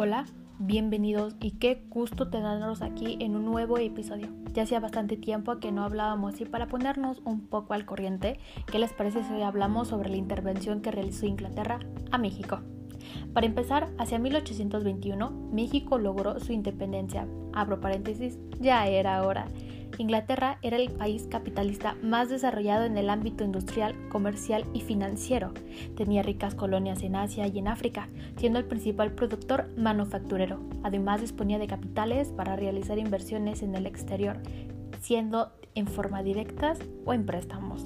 Hola, bienvenidos y qué gusto tenerlos aquí en un nuevo episodio. Ya hacía bastante tiempo que no hablábamos y para ponernos un poco al corriente, ¿qué les parece si hoy hablamos sobre la intervención que realizó Inglaterra a México? Para empezar, hacia 1821, México logró su independencia. Abro paréntesis, ya era hora. Inglaterra era el país capitalista más desarrollado en el ámbito industrial, comercial y financiero. Tenía ricas colonias en Asia y en África, siendo el principal productor manufacturero. Además, disponía de capitales para realizar inversiones en el exterior, siendo en forma directas o en préstamos.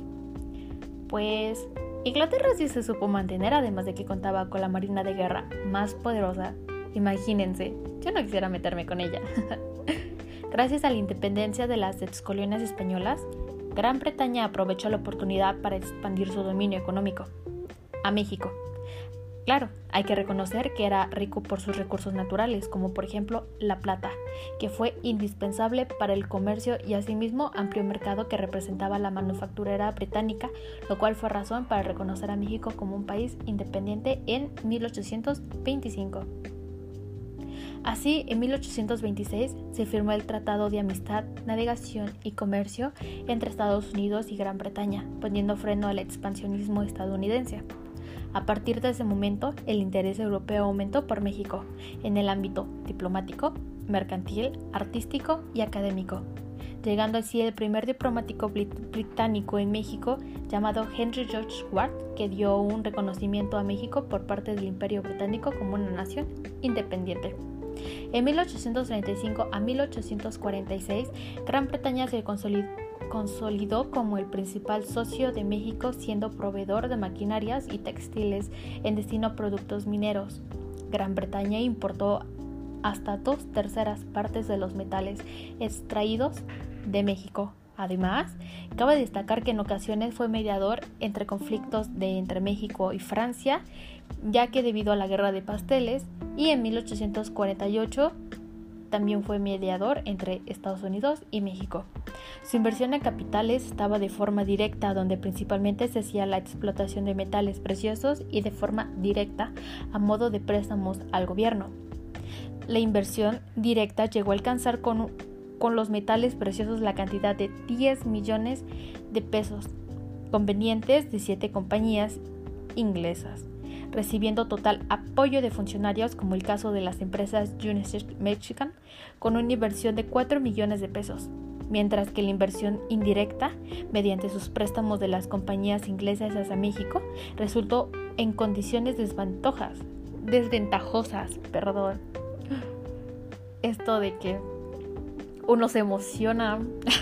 Pues Inglaterra sí se supo mantener, además de que contaba con la marina de guerra más poderosa. Imagínense, yo no quisiera meterme con ella. Gracias a la independencia de las excolonias españolas, Gran Bretaña aprovechó la oportunidad para expandir su dominio económico a México. Claro, hay que reconocer que era rico por sus recursos naturales, como por ejemplo la plata, que fue indispensable para el comercio y asimismo amplió mercado que representaba la manufacturera británica, lo cual fue razón para reconocer a México como un país independiente en 1825. Así, en 1826 se firmó el Tratado de Amistad, Navegación y Comercio entre Estados Unidos y Gran Bretaña, poniendo freno al expansionismo estadounidense. A partir de ese momento, el interés europeo aumentó por México, en el ámbito diplomático, mercantil, artístico y académico, llegando así el primer diplomático británico en México, llamado Henry George Ward, que dio un reconocimiento a México por parte del Imperio Británico como una nación independiente. En 1835 a 1846, Gran Bretaña se consolidó como el principal socio de México, siendo proveedor de maquinarias y textiles en destino a productos mineros. Gran Bretaña importó hasta 2/3 partes de los metales extraídos de México. Además, cabe destacar que en ocasiones fue mediador entre conflictos entre México y Francia, ya que debido a la Guerra de Pasteles, y en 1848 también fue mediador entre Estados Unidos y México. Su inversión en capitales estaba de forma directa, donde principalmente se hacía la explotación de metales preciosos y de forma directa a modo de préstamos al gobierno. La inversión directa llegó a alcanzar con los metales preciosos la cantidad de 10 millones de pesos, convenientes de 7 compañías inglesas, recibiendo total apoyo de funcionarios, como el caso de las empresas United Mexican, con una inversión de 4 millones de pesos, mientras que la inversión indirecta, mediante sus préstamos de las compañías inglesas hacia México, resultó en condiciones desventajosas. Esto de que uno se emociona.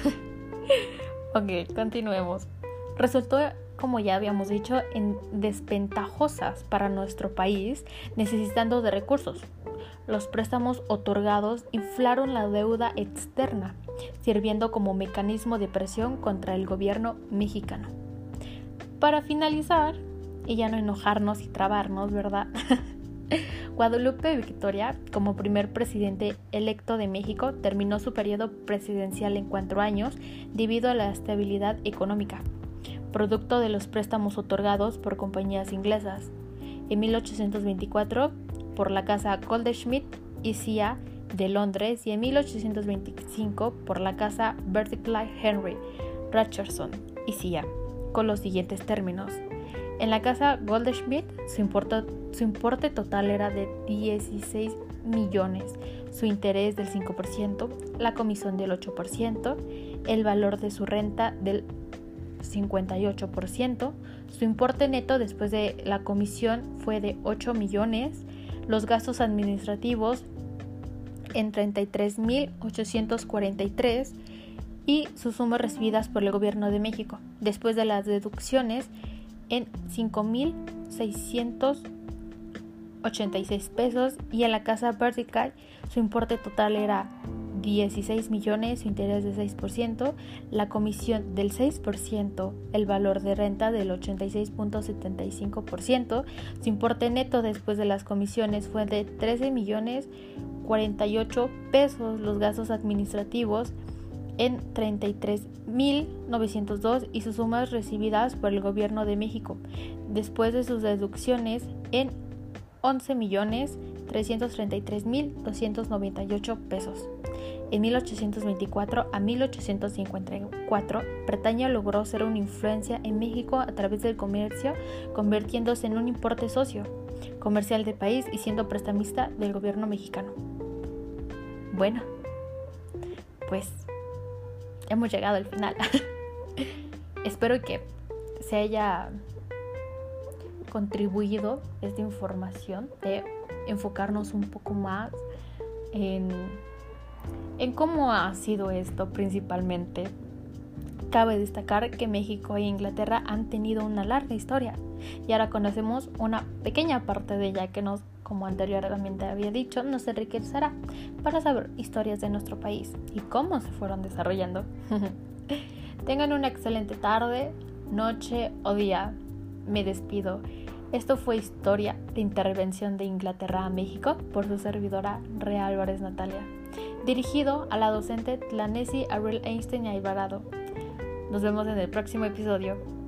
Ok, continuemos. Resultó, como ya habíamos dicho, en desventajosas para nuestro país, necesitando de recursos. Los préstamos otorgados inflaron la deuda externa, sirviendo como mecanismo de presión contra el gobierno mexicano. Para finalizar, y ya no enojarnos y trabarnos, ¿verdad? Guadalupe Victoria, como primer presidente electo de México, terminó su periodo presidencial en 4 años debido a la estabilidad económica, producto de los préstamos otorgados por compañías inglesas. En 1824, por la casa Goldschmidt y Cia de Londres, y en 1825 por la casa Berkeley Henry Richardson y Cia, con los siguientes términos. En la casa Goldschmidt, su importe total era de 16 millones, su interés del 5%, la comisión del 8%, el valor de su renta del 58%, su importe neto después de la comisión fue de 8 millones, los gastos administrativos en 33.843 y sus sumas recibidas por el gobierno de México, después de las deducciones, en 5.686 pesos, y en la casa Vertical su importe total era 16 millones, su interés del 6%, la comisión del 6%, el valor de renta del 86.75%, su importe neto después de las comisiones fue de 13 millones 48 pesos, los gastos administrativos en 33.902 y sus sumas recibidas por el gobierno de México, después de sus deducciones, en 11 millones 333.298 pesos. En 1824 a 1854, Bretaña logró ser una influencia en México a través del comercio, convirtiéndose en un importante socio comercial del país y siendo prestamista del gobierno mexicano. Bueno, pues hemos llegado al final. Espero que se haya contribuido esta información de enfocarnos un poco más en cómo ha sido esto principalmente. Cabe destacar que México e Inglaterra han tenido una larga historia y ahora conocemos una pequeña parte de ella que como anteriormente había dicho, nos enriquecerá para saber historias de nuestro país y cómo se fueron desarrollando. Tengan una excelente tarde, noche o día. Me despido. Esto fue Historia de Intervención de Inglaterra a México por su servidora Rea Álvarez Natalia, dirigido a la docente Tlanesi Abril Einstein y Alvarado. Nos vemos en el próximo episodio.